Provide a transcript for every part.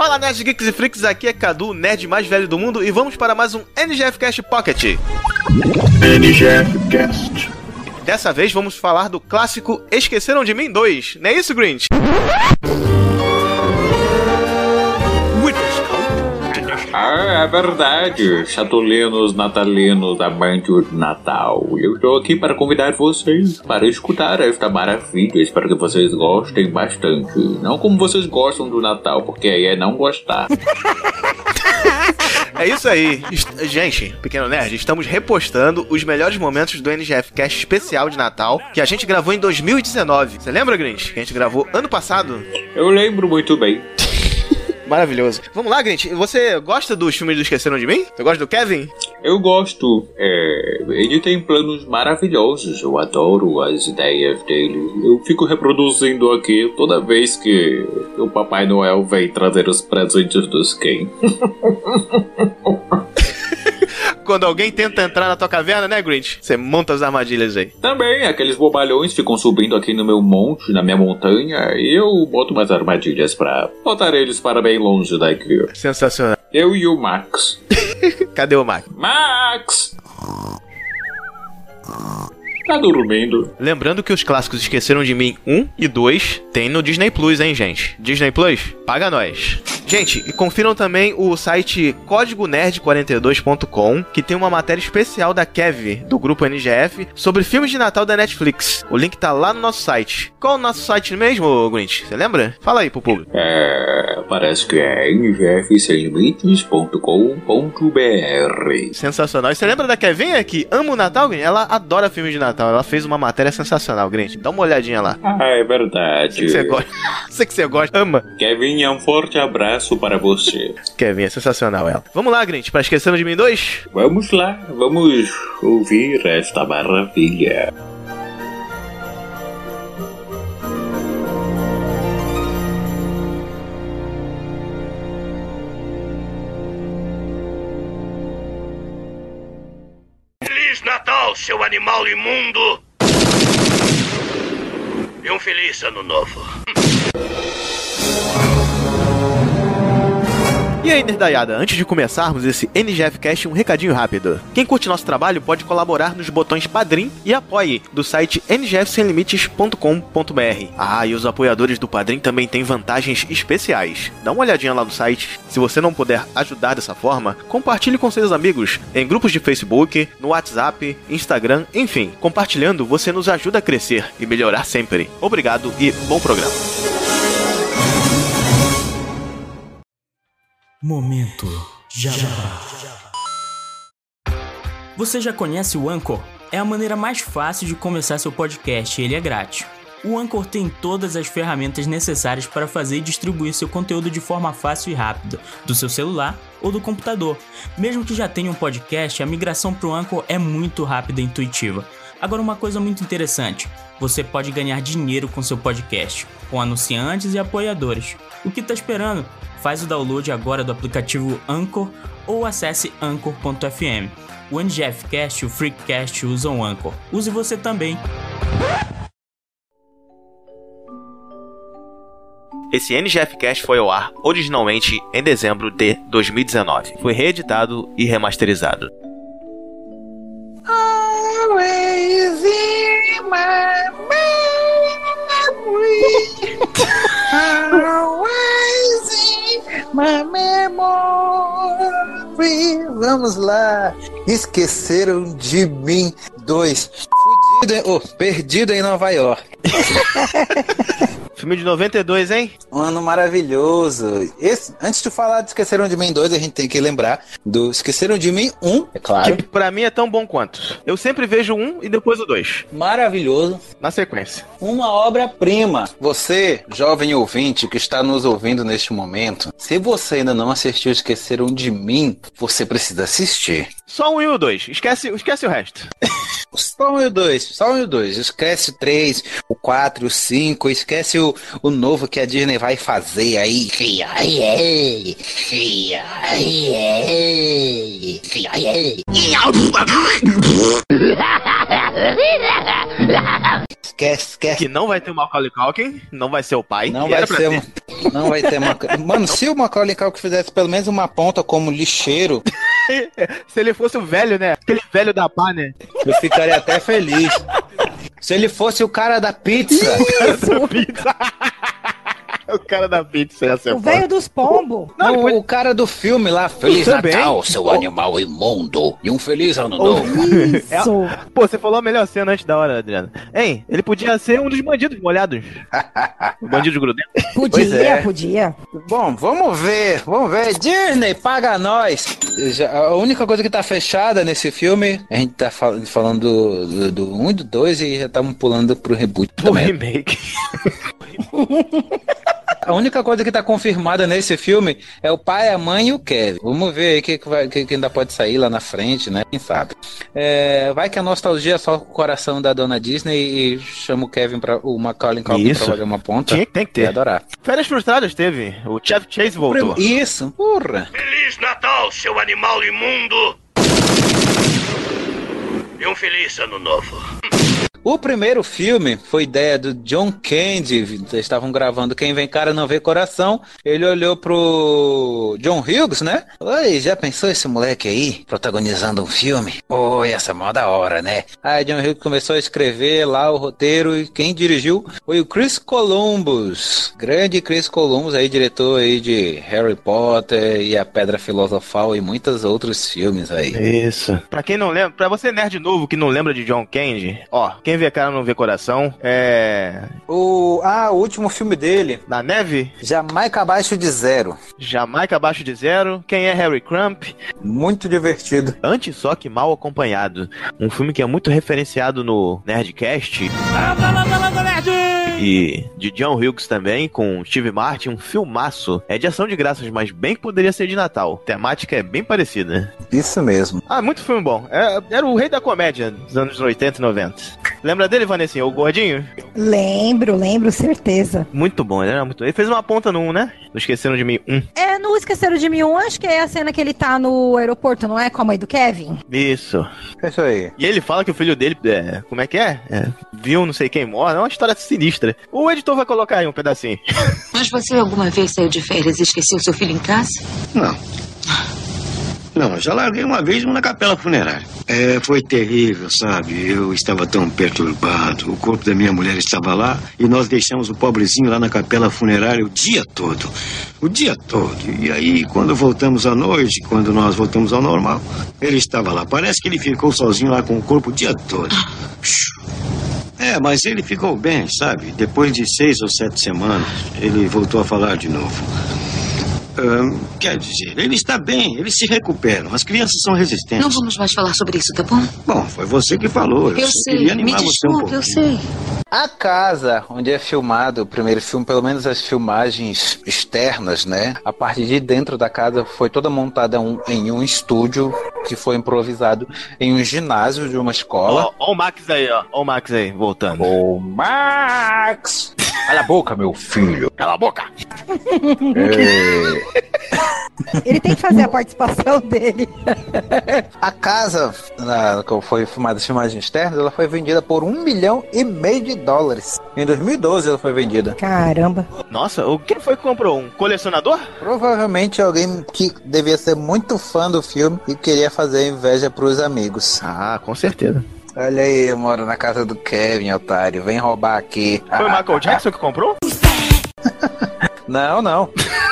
Fala, nerds, geeks e freaks, aqui é Cadu, o nerd mais velho do mundo, e vamos para mais um NGF Cast Pocket. NGF Cast. Dessa vez vamos falar do clássico Esqueceram de Mim 2, não é isso, Grinch? É verdade, chatolinos, natalinos, amantes de Natal. Eu estou aqui para convidar vocês para escutar esta maravilha. Espero que vocês gostem bastante. Não como vocês gostam do Natal, porque aí é não gostar. É isso aí. Gente, pequeno nerd, estamos repostando os melhores momentos do NGF Cast especial de Natal que a gente gravou em 2019. Você lembra, Grinch? Que a gente gravou ano passado? Eu lembro muito bem. Maravilhoso. Vamos lá, Grinch. Você gosta dos filmes do Esqueceram de Mim? Você gosta do Kevin? Eu gosto. Ele tem planos maravilhosos. Eu adoro as ideias dele. Eu fico reproduzindo aqui toda vez que o Papai Noel vem trazer os presentes dos Ken. Quando alguém tenta entrar na tua caverna, né, Grinch? Você monta as armadilhas aí. Também, aqueles bobalhões ficam subindo aqui no meu monte, na minha montanha, e eu boto umas armadilhas pra botar eles para bem longe daqui. Sensacional. Eu e o Max. Cadê o Max? Max! Tá dormindo. Lembrando que os clássicos Esqueceram de Mim 1 e 2 tem no Disney Plus, hein, gente? Disney Plus? Paga nós. Gente, e confiram também o site códigonerd42.com, que tem uma matéria especial da Kev, do grupo NGF, sobre filmes de Natal da Netflix. O link tá lá no nosso site. Qual é o nosso site mesmo, Grinch? Você lembra? Fala aí pro público. Parece que é ngfsemlimites.com.br. Sensacional. E você lembra da Kevinha que ama o Natal, Grinch? Ela adora filmes de Natal. Ela fez uma matéria sensacional, Grinch. Dá uma olhadinha lá. É verdade. Sei que você gosta. Sei que você gosta. Ama. Kevin, um forte abraço para você. Kevin, é sensacional ela. Vamos lá, Grinch, pra Esqueceram de Mim 2? Vamos lá, vamos ouvir esta maravilha. Feliz Natal, seu animal imundo! E um feliz ano novo. E aí, nerdaiada, antes de começarmos esse NGF Cast, um recadinho rápido. Quem curte nosso trabalho pode colaborar nos botões Padrim e Apoie do site ngfsemlimites.com.br. Ah, e os apoiadores do Padrim também têm vantagens especiais. Dá uma olhadinha lá no site. Se você não puder ajudar dessa forma, compartilhe com seus amigos em grupos de Facebook, no WhatsApp, Instagram, enfim. Compartilhando, você nos ajuda a crescer e melhorar sempre. Obrigado e bom programa. Momento Jabá. Você já conhece o Anchor? É a maneira mais fácil de começar seu podcast e ele é grátis. O Anchor tem todas as ferramentas necessárias para fazer e distribuir seu conteúdo de forma fácil e rápida, do seu celular ou do computador. Mesmo que já tenha um podcast, a migração para o Anchor é muito rápida e intuitiva. Agora, uma coisa muito interessante, você pode ganhar dinheiro com seu podcast, com anunciantes e apoiadores. O que está esperando? Faz o download agora do aplicativo Anchor ou acesse anchor.fm. O NGF Cast e o Freakcast usam o Anchor. Use você também. Esse NGF Cast foi ao ar originalmente em dezembro de 2019. Foi reeditado e remasterizado. Always in my memory. Always in my memory. Vamos lá. Esqueceram de Mim 2. Perdido em Nova York. Filme de 92, hein? Um ano maravilhoso. Antes de falar de Esqueceram de Mim 2, a gente tem que lembrar do Esqueceram de Mim 1, é claro. Que pra mim é tão bom quanto. Eu sempre vejo um e depois o 2. Maravilhoso. Na sequência. Uma obra-prima. Você, jovem ouvinte que está nos ouvindo neste momento, se você ainda não assistiu Esqueceram de Mim, você precisa assistir. Só um e o 2. Esquece o resto. Só um e o 2. Esquece o 3, o 4, o 5. Esquece o novo que a Disney vai fazer aí. Esquece. Que não vai ter o Macaulay Culkin, não vai ser o pai. Não que vai era pra ser. ter. Não vai ter Mano, se o Macaulay Culkin fizesse pelo menos uma ponta como lixeiro, Se ele fosse o velho, né? Aquele velho da pá, né? eu ficaria até feliz. Se ele fosse o cara da pizza. Pizza. O cara da pizza ia ser O velho dos pombos. Não, O cara do filme lá, Feliz Também. Natal, seu animal imundo. E um feliz ano novo. Isso. Pô, você falou a melhor cena antes da hora, Adriano. Hein? Ele podia ser um dos bandidos molhados. O bandido grudento. Pois é. Podia. Bom, vamos ver. Disney, paga nós. A única coisa que tá fechada nesse filme, a gente tá falando do 1 e do 2 e já estamos pulando pro reboot O também. remake. A única coisa que tá confirmada nesse filme é o pai, a mãe e o Kevin. Vamos ver aí que ainda pode sair lá na frente, né? Quem sabe. Vai que a nostalgia só o coração da dona Disney e chama o Kevin o Macaulay Culkin Isso. pra fazer uma ponta. Tem que ter. Ia adorar. Férias Frustradas teve. O Chevy Chase voltou. Isso, porra. Feliz Natal, seu animal imundo! E um feliz ano novo. O primeiro filme foi ideia do John Candy. Eles estavam gravando Quem Vem Cara Não Vê Coração. Ele olhou pro John Hughes, né? Oi, já pensou esse moleque aí protagonizando um filme? Oi, essa é mó da hora, né? Aí John Hughes começou a escrever lá o roteiro e quem dirigiu foi o Chris Columbus. Grande Chris Columbus aí, diretor aí de Harry Potter e A Pedra Filosofal e muitos outros filmes aí. Isso. Pra quem não lembra, pra você nerd novo que não lembra de John Candy, ó, quem vê cara não vê coração, O último filme dele, Na Neve, Jamaica Abaixo de Zero. Jamaica Abaixo de Zero, Quem é Harry Crump, Muito divertido. Antes Só Que Mal Acompanhado, um filme que é muito referenciado no Nerdcast. E de John Hughes também, com Steve Martin, um filmaço. É de ação de graças, mas bem que poderia ser de Natal. A temática é bem parecida. Isso mesmo. Muito filme bom. Era o rei da comédia dos anos 80 e 90. Lembra dele, Vanessinha? O gordinho? Lembro, certeza. Muito bom, ele era muito... Ele fez uma ponta no 1, né? Não Esqueceram de Mim 1. No Esqueceram de Mim 1, acho que é a cena que ele tá no aeroporto, não é? Com a mãe do Kevin? Isso. É isso aí. E ele fala que o filho dele, como é que é? Viu não sei quem morre. É uma história sinistra. O editor vai colocar aí um pedacinho. Mas você alguma vez saiu de férias e esqueceu seu filho em casa? Não, eu já larguei uma vez na capela funerária. Foi terrível, sabe? Eu estava tão perturbado. O corpo da minha mulher estava lá e nós deixamos o pobrezinho lá na capela funerária o dia todo. O dia todo. E aí, quando voltamos à noite, quando nós voltamos ao normal, ele estava lá. Parece que ele ficou sozinho lá com o corpo o dia todo. Mas ele ficou bem, sabe? Depois de 6 ou 7 semanas, ele voltou a falar de novo. Quer dizer, ele está bem, eles se recuperam. As crianças são resistentes. Não vamos mais falar sobre isso, tá bom? Bom, foi você que falou. Eu só sei, queria animar me você um desculpe, pouquinho. eu sei. A casa onde é filmado o primeiro filme, pelo menos as filmagens externas, né? A parte de dentro da casa foi toda montada em um estúdio que foi improvisado em um ginásio de uma escola. Ó o Max aí, ó. Ó o Max aí, voltando. Ô, Max! Cala a boca, meu filho. Cala a boca! Ele tem que fazer a participação dele. A casa, que foi filmada as filmagens externas, ela foi vendida por $1,5 milhão. Em 2012 ela foi vendida. Caramba. Nossa, quem foi que comprou? Um colecionador? Provavelmente alguém que devia ser muito fã do filme e queria fazer inveja pros amigos. Com certeza. Olha aí, eu moro na casa do Kevin, otário. Vem roubar aqui. Foi o Michael Jackson que comprou? Não.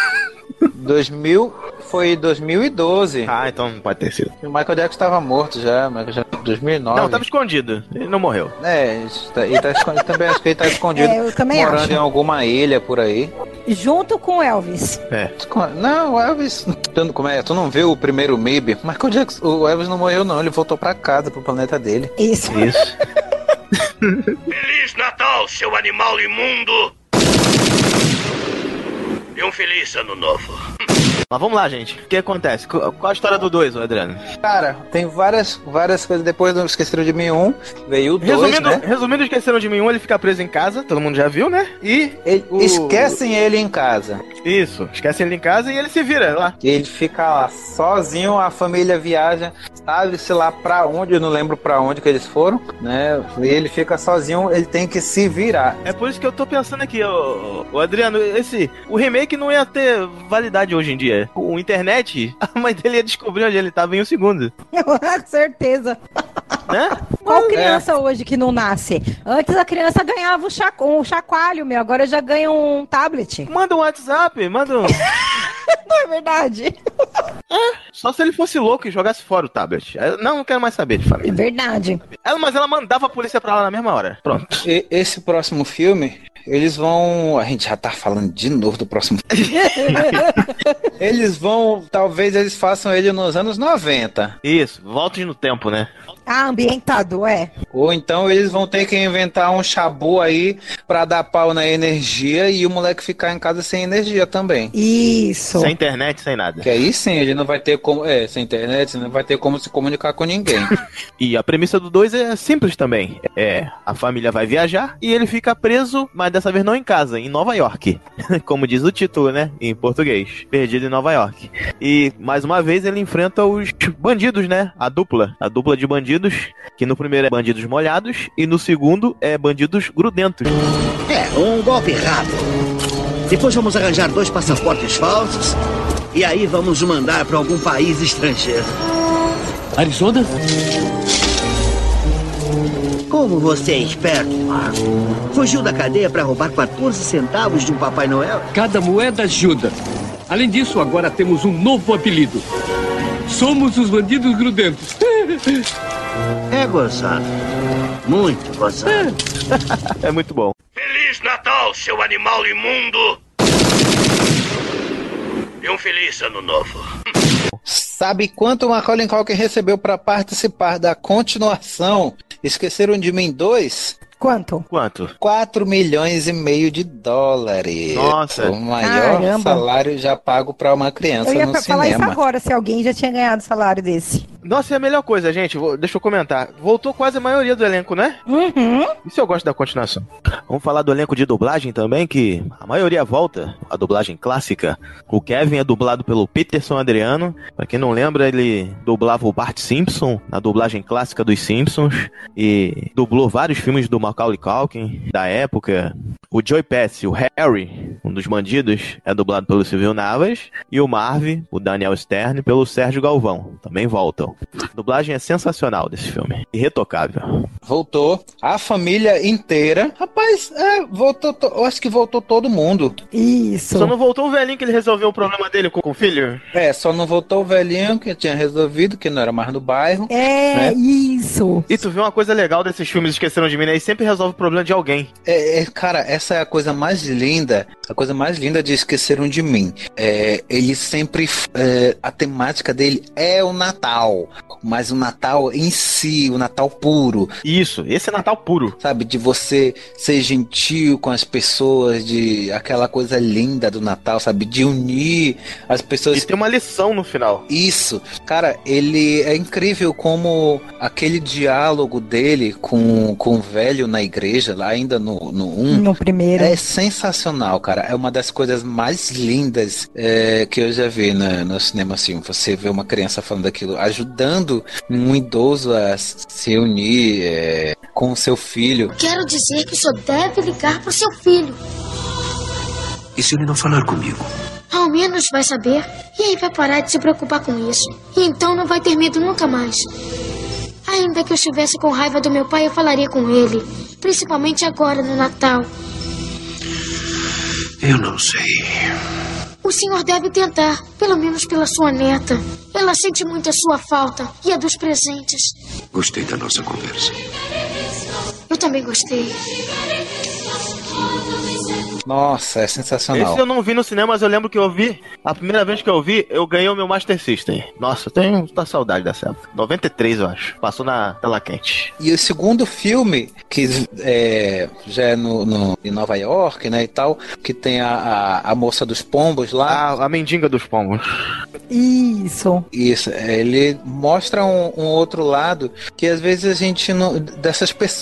Foi 2012. Então não pode ter sido. O Michael Jackson estava morto já, Michael Jackson 2009. Não, tava escondido. Ele não morreu. Ele tá escondido, também acho que ele tá escondido. Eu também morando acho. em alguma ilha por aí. Junto com o Elvis. Não, o Elvis... Tu não viu o primeiro MIB? Michael Jackson, o Elvis não morreu não, ele voltou pra casa, pro planeta dele. Isso. Feliz Natal, seu animal imundo! E um feliz ano novo. Mas vamos lá, gente. O que acontece? Qual a história do 2, Adriano? Cara, tem várias coisas. Depois do Esqueceram de Mim 1, veio o 2, né? Resumindo, Esqueceram de Mim 1, ele fica preso em casa, todo mundo já viu, né? E Esquecem ele em casa. Isso, esquece ele em casa e ele se vira lá. Ele fica lá sozinho, a família viaja, sabe-se lá pra onde, eu não lembro pra onde que eles foram, né? E ele fica sozinho, ele tem que se virar. É por isso que eu tô pensando aqui, o Adriano, o remake não ia ter validade hoje em dia. O internet, a mãe dele ia descobrir onde ele tava em um segundo. Com certeza. Né? Qual criança hoje que não nasce? Antes a criança ganhava um chacoalho, meu. Agora já ganha um tablet. Manda um WhatsApp, manda um... Não é verdade? Só se ele fosse louco e jogasse fora o tablet. Não quero mais saber de família. É verdade. Mas ela mandava a polícia pra lá na mesma hora. Pronto. E esse próximo filme, eles vão... A gente já tá falando de novo do próximo filme. Eles vão... Talvez eles façam ele nos anos 90. Isso, volte no tempo, né? Ah, ambientado, é. Ou então eles vão ter que inventar um chabu aí pra dar pau na energia e o moleque ficar em casa sem energia também. Isso. Sem internet, sem nada. Que aí sim, ele não vai ter como... sem internet, não vai ter como se comunicar com ninguém. E a premissa do 2 é simples também. A família vai viajar e ele fica preso, mas dessa vez não em casa, em Nova York. Como diz o título, né? Em português. Perdido em Nova York. E, mais uma vez, ele enfrenta os bandidos, né? A dupla de bandidos, que no primeiro é bandidos molhados e no segundo é bandidos grudentos. Um golpe rápido. Depois vamos arranjar 2 passaportes falsos e aí vamos mandar para algum país estrangeiro. Arizona? Como você é esperto, Mark. Fugiu da cadeia para roubar 14 centavos de um Papai Noel? Cada moeda ajuda. Além disso, agora temos um novo apelido. Somos os bandidos grudentos. É gozado. Muito gozado. É muito bom. Feliz Natal, seu animal imundo! E um feliz ano novo. Sabe quanto o Macaulay Culkin recebeu para participar da continuação Esqueceram de Mim 2? Quanto? 4 milhões e meio de dólares. Nossa. O maior Caramba. salário já pago para uma criança Eu ia no falar cinema. isso agora, se alguém já tinha ganhado salário desse. Nossa, é a melhor coisa, gente. Deixa eu comentar. Voltou quase a maioria do elenco, né? Uhum. Isso eu gosto da continuação. Vamos falar do elenco de dublagem também, que a maioria volta. A dublagem clássica. O Kevin é dublado pelo Peterson Adriano. Pra quem não lembra, ele dublava o Bart Simpson na dublagem clássica dos Simpsons. E dublou vários filmes do Macaulay Culkin da época. O Joey Pesci, o Harry, um dos bandidos, é dublado pelo Silvio Navas. E o Marv, o Daniel Stern, pelo Sérgio Galvão. Também voltam. A dublagem é sensacional desse filme. Irretocável. Voltou a família inteira. Rapaz, voltou. Eu acho que voltou todo mundo. Isso. Só não voltou o velhinho que ele resolveu o problema dele com o filho? Só não voltou o velhinho que tinha resolvido, que não era mais no bairro. Isso. E tu viu uma coisa legal desses filmes Esqueceram de Mim, né? Ele sempre resolve o problema de alguém. Cara, essa é a coisa mais linda. A coisa mais linda de Esqueceram de Mim. Ele sempre... a temática dele é o Natal. Mas o Natal em si, o Natal puro. Isso, esse é Natal puro. Sabe, de você ser gentil com as pessoas, de aquela coisa linda do Natal, sabe? De unir as pessoas. E tem uma lição no final. Isso. Cara, ele é incrível como aquele diálogo dele com o velho na igreja, lá ainda no 1. No primeiro. É sensacional, cara. É uma das coisas mais lindas que eu já vi no cinema, assim. Você vê uma criança falando aquilo, ajudando um idoso a se unir com o seu filho. Quero dizer que o senhor deve ligar pro seu filho. E se ele não falar comigo? Ao menos vai saber. E aí vai parar de se preocupar com isso. E então não vai ter medo nunca mais. Ainda que eu estivesse com raiva do meu pai, eu falaria com ele. Principalmente agora, no Natal. Eu não sei. O senhor deve tentar, pelo menos pela sua neta. Ela sente muito a sua falta e a dos presentes. Gostei da nossa conversa. Eu também gostei. Nossa, é sensacional. Esse eu não vi no cinema, mas eu lembro que eu vi. A primeira vez que eu vi, eu ganhei o meu Master System. Nossa, eu tenho muita saudade dessa época. 93, eu acho. Passou na tela quente. E o segundo filme, que já é em Nova York, né, e tal, que tem a moça dos pombos lá. A mendiga dos pombos. Isso. Ele mostra um outro lado que às vezes a gente não... Dessas pessoas, né,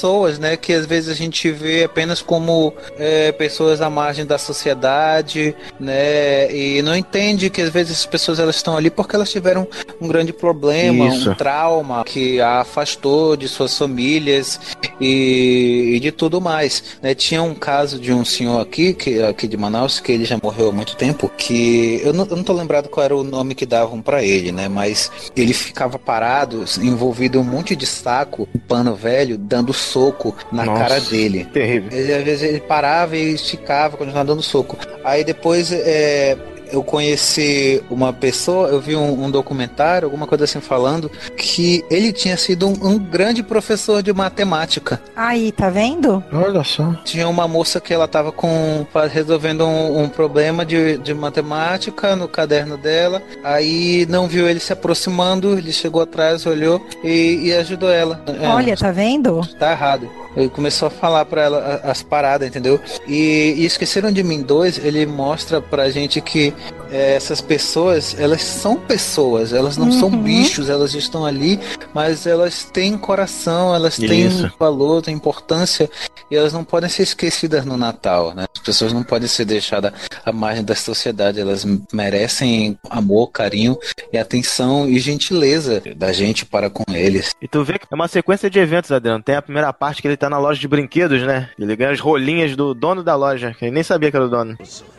né, que às vezes a gente vê apenas como pessoas à margem da sociedade, né, e não entende que às vezes as pessoas elas estão ali porque elas tiveram um grande problema, um trauma que a afastou de suas famílias e de tudo mais, né. Tinha um caso de um senhor aqui de Manaus, que ele já morreu há muito tempo, que eu não tô lembrado qual era o nome que davam pra ele, né, mas ele ficava parado, envolvido em um monte de saco, um pano velho, dando soco na cara dele. Terrível. Às vezes ele parava e esticava, continuava dando soco. Aí depois eu conheci uma pessoa, eu vi um documentário, alguma coisa assim falando, que ele tinha sido um grande professor de matemática. Aí, tá vendo? Olha só. Tinha uma moça que ela tava resolvendo um problema de matemática no caderno dela, aí não viu ele se aproximando, ele chegou atrás, olhou e ajudou ela. Olha, tá vendo? Tá errado. Ele começou a falar pra ela as paradas, entendeu? E Esqueceram de Mim 2, ele mostra pra gente que essas pessoas, elas são pessoas, elas não são bichos, elas estão ali, mas elas têm coração, elas têm valor, têm importância, e elas não podem ser esquecidas no Natal, né? As pessoas não podem ser deixadas à margem da sociedade, elas merecem amor, carinho e atenção e gentileza da gente para com eles. E tu vê que é uma sequência de eventos, Adriano. Tem a primeira parte que ele tá na loja de brinquedos, né? Ele ganha as rolinhas do dono da loja, que ele nem sabia que era o dono.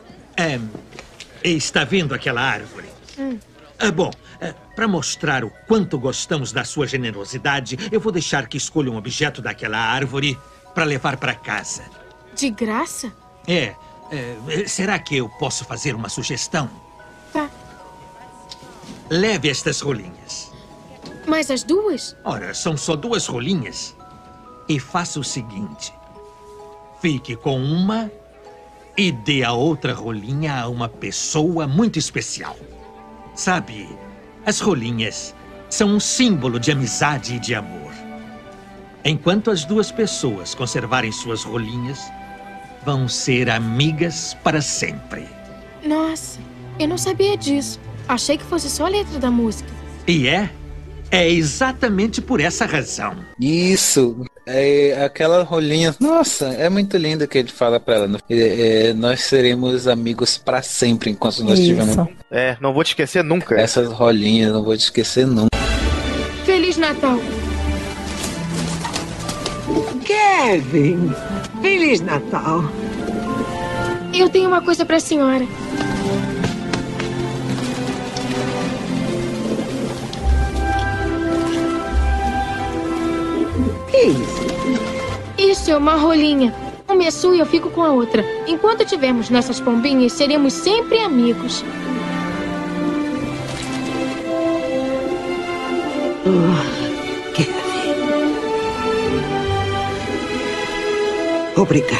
Está vendo aquela árvore? Bom, para mostrar o quanto gostamos da sua generosidade, eu vou deixar que escolha um objeto daquela árvore para levar para casa. De graça? Será que eu posso fazer uma sugestão? Tá. Leve estas rolinhas. Mas as duas? Ora, são só 2 rolinhas. E faça o seguinte. Fique com uma e dê a outra rolinha a uma pessoa muito especial. Sabe, as rolinhas são um símbolo de amizade e de amor. Enquanto as 2 pessoas conservarem suas rolinhas, vão ser amigas para sempre. Nossa, eu não sabia disso. Achei que fosse só a letra da música. E é exatamente por essa razão. Isso, aquela rolinha. Nossa, é muito lindo que ele fala pra ela. Nós seremos amigos pra sempre enquanto nós estivermos. Não vou te esquecer nunca. Essas rolinhas, não vou te esquecer nunca. Feliz Natal. Kevin, Feliz Natal. Eu tenho uma coisa pra senhora. Que é isso? Isso é uma rolinha. Uma é sua e eu fico com a outra. Enquanto tivermos nossas pombinhas, seremos sempre amigos. Kevin. Obrigada.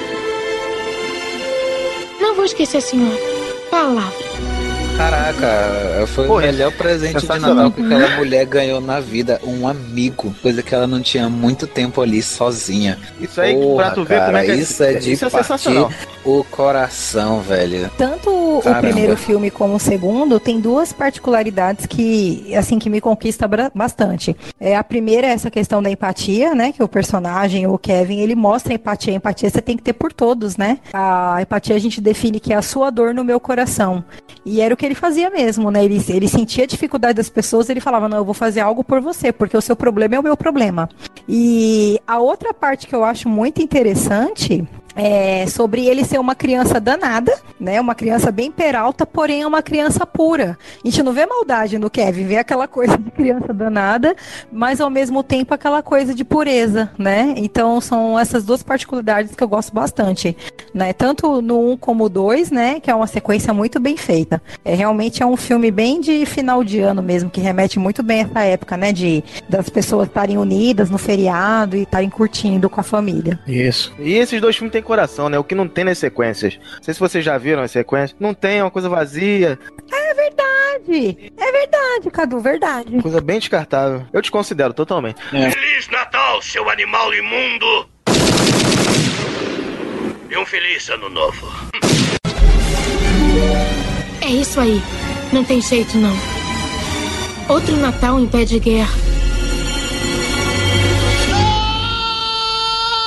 Não vou esquecer, senhor. Palavra. Caraca, foi o melhor presente de Natal que aquela mulher ganhou na vida. Um amigo, coisa que ela não tinha muito tempo ali sozinha. Isso aí, pra tu ver como é que isso é de partir o coração, velho. Tanto o primeiro filme como o segundo tem 2 particularidades que, assim, que me conquista bastante. A primeira é essa questão da empatia, né? Que o personagem, o Kevin, ele mostra empatia. A empatia você tem que ter por todos, né? A empatia a gente define que é a sua dor no meu coração. E era o que ele fazia mesmo, né? Ele sentia a dificuldade das pessoas, ele falava, não, eu vou fazer algo por você, porque o seu problema é o meu problema. E a outra parte que eu acho muito interessante é sobre ele ser uma criança danada, né? Uma criança bem peralta, porém é uma criança pura. A gente não vê maldade no Kevin, vê aquela coisa de criança danada, mas ao mesmo tempo aquela coisa de pureza, né? Então são essas 2 particularidades que eu gosto bastante, né? Tanto no 1 como o 2, né? Que é uma sequência muito bem feita. Realmente é um filme bem de final de ano mesmo, que remete muito bem a essa época, né? Das pessoas estarem unidas no feriado e estarem curtindo com a família. Isso. E esses 2 filmes têm coração, né? O que não tem nas sequências. Não sei se vocês já viram as sequências. Não tem, é uma coisa vazia. É verdade, Cadu, verdade. Coisa bem descartável. Eu desconsidero totalmente. Feliz Natal, seu animal imundo! E um feliz ano novo. É isso aí. Não tem jeito, não. Outro Natal em pé de guerra.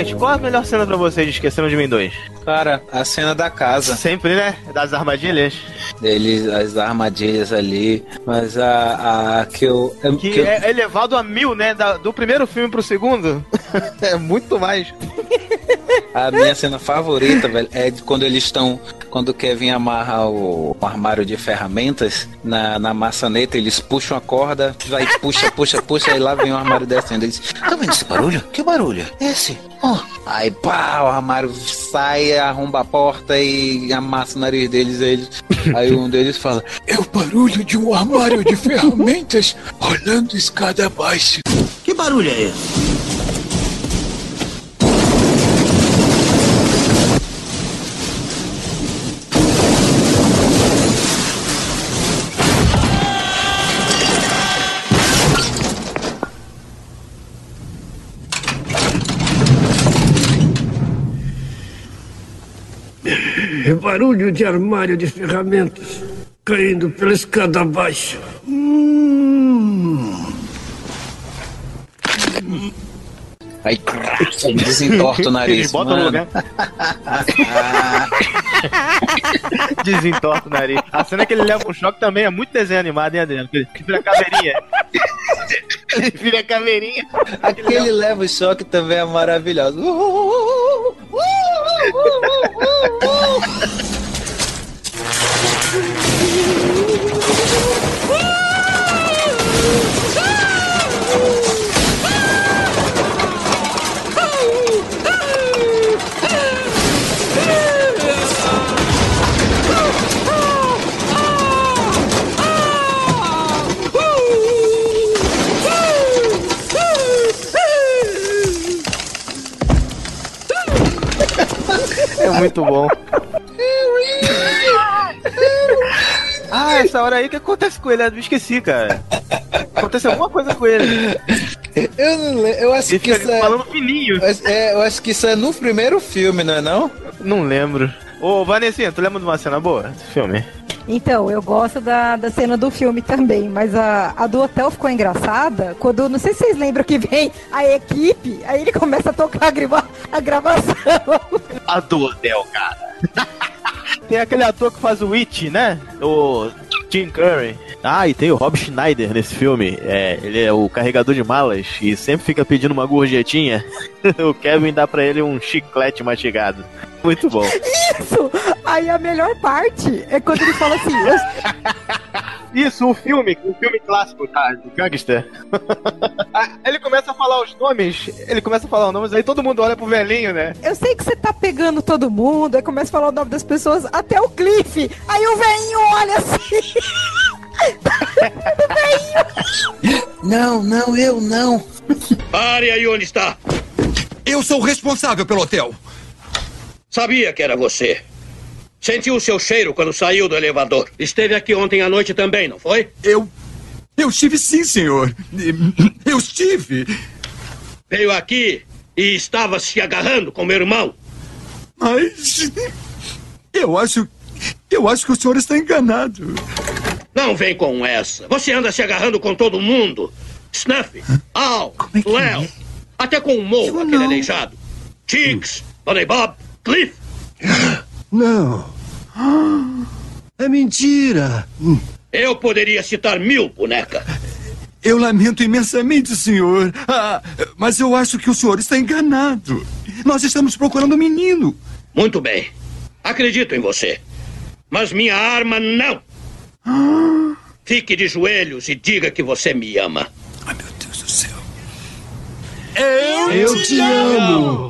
Gente, qual a melhor cena pra vocês de Esqueceram de Mim 2? Cara, a cena da casa. Sempre, né? Das armadilhas. As armadilhas ali. Mas a que eu... Que é elevado a 1000, né? Do primeiro filme pro segundo. É muito mais. A minha cena favorita, velho, é de quando eles estão... Quando o Kevin amarra o armário de ferramentas na maçaneta, eles puxam a corda, vai puxa, e lá vem o armário descendo. Eles, tá vendo esse barulho? Que barulho? Esse? Oh. Aí pá, o armário sai, arromba a porta e amassa o nariz deles. Aí um deles fala, é o barulho de um armário de ferramentas rolando escada abaixo. Que barulho é esse? É barulho de armário de ferramentas caindo pela escada abaixo. Aí desentorta o nariz. Eles botam no lugar. Desentorta o nariz. A cena que ele leva um choque também é muito desenho animado, hein, Adriano? Que vira caveirinha. Ele vira caveirinha. Aquele leva o choque também é maravilhoso. É muito bom. Essa hora aí, o que acontece com ele? Eu me esqueci, cara. Acontece alguma coisa com ele. Eu não lembro. Eu acho que isso falando fininho. Eu acho que isso é no primeiro filme, não é não? Não lembro. Ô, Vanessinha, tu lembra de uma cena boa desse filme? Então, eu gosto da cena do filme também, mas a do hotel ficou engraçada quando, não sei se vocês lembram que vem a equipe, aí ele começa a tocar a gravação. A do hotel, cara. Tem aquele ator que faz o It, né? O Tim Curry. Ah, e tem o Rob Schneider nesse filme. Ele é o carregador de malas e sempre fica pedindo uma gorjetinha. O Kevin dá pra ele um chiclete mastigado. Muito bom. Isso! Aí a melhor parte é quando ele fala assim... Isso, o filme clássico, tá? Do gangster. Ele começa a falar os nomes, aí todo mundo olha pro velhinho, né? Eu sei que você tá pegando todo mundo, aí começa a falar o nome das pessoas, até o Cliff. Aí o velhinho olha assim... Não, eu não. Pare aí onde está. Eu sou o responsável pelo hotel. Sabia que era você. Sentiu o seu cheiro quando saiu do elevador. Esteve aqui ontem à noite também, não foi? Eu estive sim, senhor. Eu estive. Veio aqui e estava se agarrando com meu irmão. Mas... Eu acho que o senhor está enganado. Não vem com essa. Você anda se agarrando com todo mundo. Snuffy, Al, Léo, até com o Mo, aquele aleijado. Cheeks, Bunny Bob, Cliff. Não. É mentira. Eu poderia citar 1000, boneca. Eu lamento imensamente, senhor. Mas eu acho que o senhor está enganado. Nós estamos procurando o menino. Muito bem. Acredito em você. Mas minha arma não. Fique de joelhos e diga que você me ama. Ai, meu Deus do céu. Eu te amo.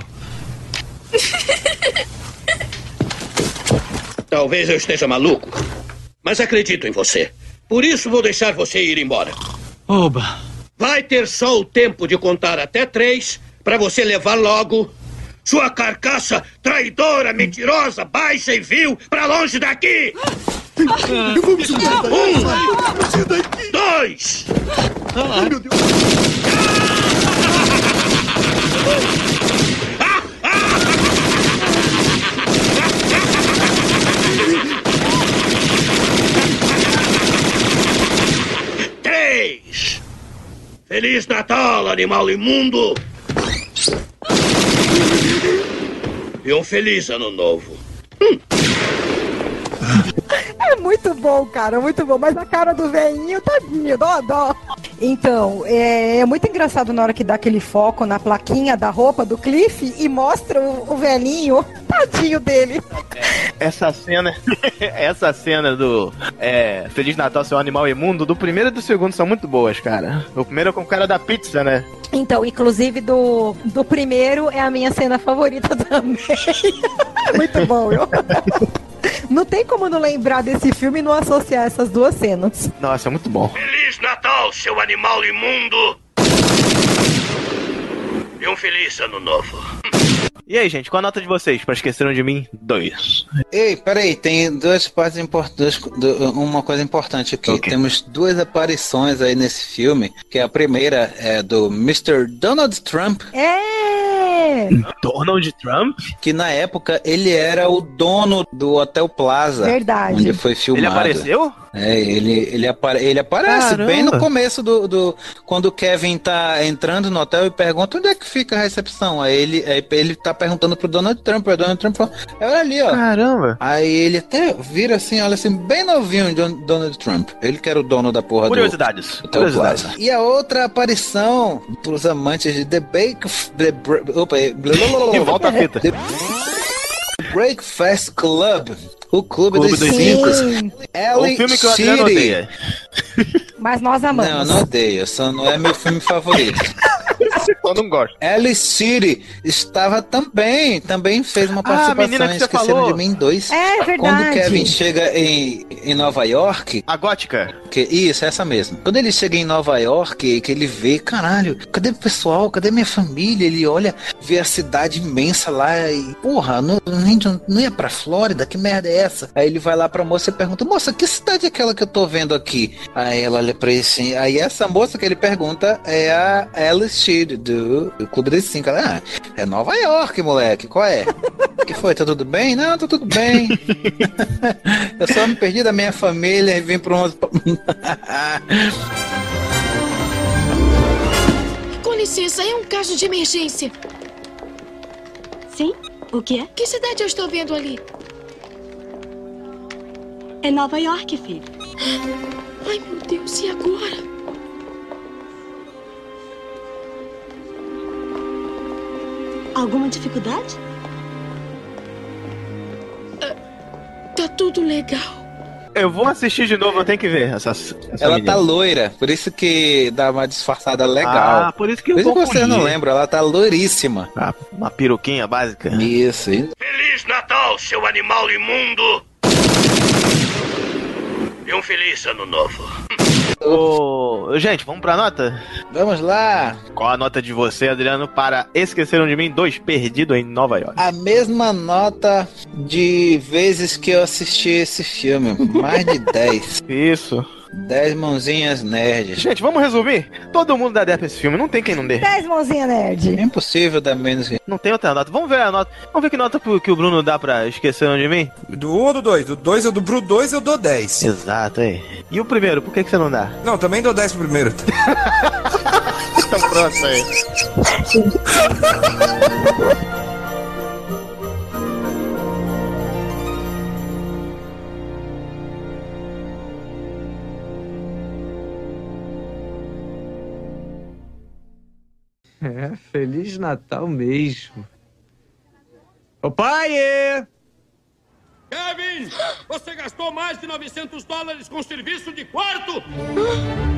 Talvez eu esteja maluco, mas acredito em você. Por isso vou deixar você ir embora. Oba. Vai ter só o tempo de contar até 3 para você levar logo sua carcaça traidora, mentirosa, baixa e vil para longe daqui. Eu vou me juntar. 1, 2. Ai, meu Deus. 3. Feliz Natal, animal imundo! E um feliz ano novo. É muito bom, cara, muito bom. Mas a cara do velhinho, tadinho, dó. Então, é muito engraçado na hora que dá aquele foco na plaquinha da roupa do Cliff e mostra o velhinho, tadinho dele. Essa cena do Feliz Natal, seu animal imundo, do primeiro e do segundo são muito boas, cara. O primeiro é com o cara da pizza, né? Então, inclusive do primeiro é a minha cena favorita também. Muito bom, viu? Não tem como não lembrar desse filme e não associar essas duas cenas. Nossa, é muito bom. Feliz Natal, seu animal imundo! E um feliz ano novo. E aí, gente, qual a nota de vocês pra Esqueceram de Mim 2? Ei, peraí, tem duas partes importantes, uma coisa importante aqui. Okay. Temos duas aparições aí nesse filme, que a primeira é do Mr. Donald Trump. Donald Trump? Que na época ele era o dono do Hotel Plaza. Verdade. Onde foi filmado. Ele apareceu? Ele aparece. Caramba. Bem no começo quando o Kevin tá entrando no hotel e pergunta onde é que fica a recepção. Aí ele tá perguntando pro Donald Trump. O Donald Trump fala, é ali, ó. Caramba. Aí ele até vira assim, olha assim, bem novinho, Donald Trump. Ele que era o dono da porra Curiosidades. do Hotel Plaza. E a outra aparição pros amantes de The Volta a fita. Breakfast Club. O Clube dos Cinco. O filme que o Adriano odeia. Mas nós amamos. Não odeio. Só não é meu filme favorito. Eu não gosto. Alice City estava também fez uma participação em Esqueceram de Mim 2. É verdade. Quando o Kevin chega em Nova York... A gótica. Isso, essa mesmo. Quando ele chega em Nova York, que ele vê, caralho, cadê o pessoal? Cadê minha família? Ele olha, vê a cidade imensa lá e, porra, não ia pra Flórida? Que merda é essa? Aí ele vai lá pra moça e pergunta, moça, que cidade é aquela que eu tô vendo aqui? Aí ela olha pra ele assim, aí essa moça que ele pergunta é a Alice City, do Clube dos Cinco. Ela, é Nova York, moleque, qual é? Que foi? Tá tudo bem? Não, tá tudo bem. Eu só me perdi da minha família e vim pra uma... Com licença, é um caso de emergência. Sim? O que é? Que cidade eu estou vendo ali? É Nova York, filho. Ai, meu Deus, e agora? Alguma dificuldade? Tá tudo legal. Eu vou assistir de novo, eu tenho que ver essa ela menina. tá loira, por isso que dá uma disfarçada legal. Ah, por isso que eu você não lembra, ela tá loiríssima. Ah, uma peruquinha básica. Isso. Feliz Natal, seu animal imundo! E um feliz ano novo. Gente, vamos pra nota? Vamos lá. Qual a nota de você, Adriano, para Esqueceram de Mim 2, Perdido em Nova York? A mesma nota de vezes que eu assisti esse filme. Mais de 10. Isso. 10 mãozinhas nerds. Gente, vamos resumir? Todo mundo dá 10 pra esse filme, não tem quem não dê. 10 mãozinhas nerd. É impossível dar menos que... Não tem outra nota. Vamos ver a nota. Vamos ver que nota que o Bruno dá pra Esqueceram de Mim? Do 1 ou do 2? Do 2 eu do Bru 2 eu dou 10. Exato, aí. E o primeiro, por que você não dá? Não, também dou 10 pro primeiro. Então pronto aí. É, Feliz Natal mesmo. Ô pai! Kevin, você gastou mais de $900 com serviço de quarto?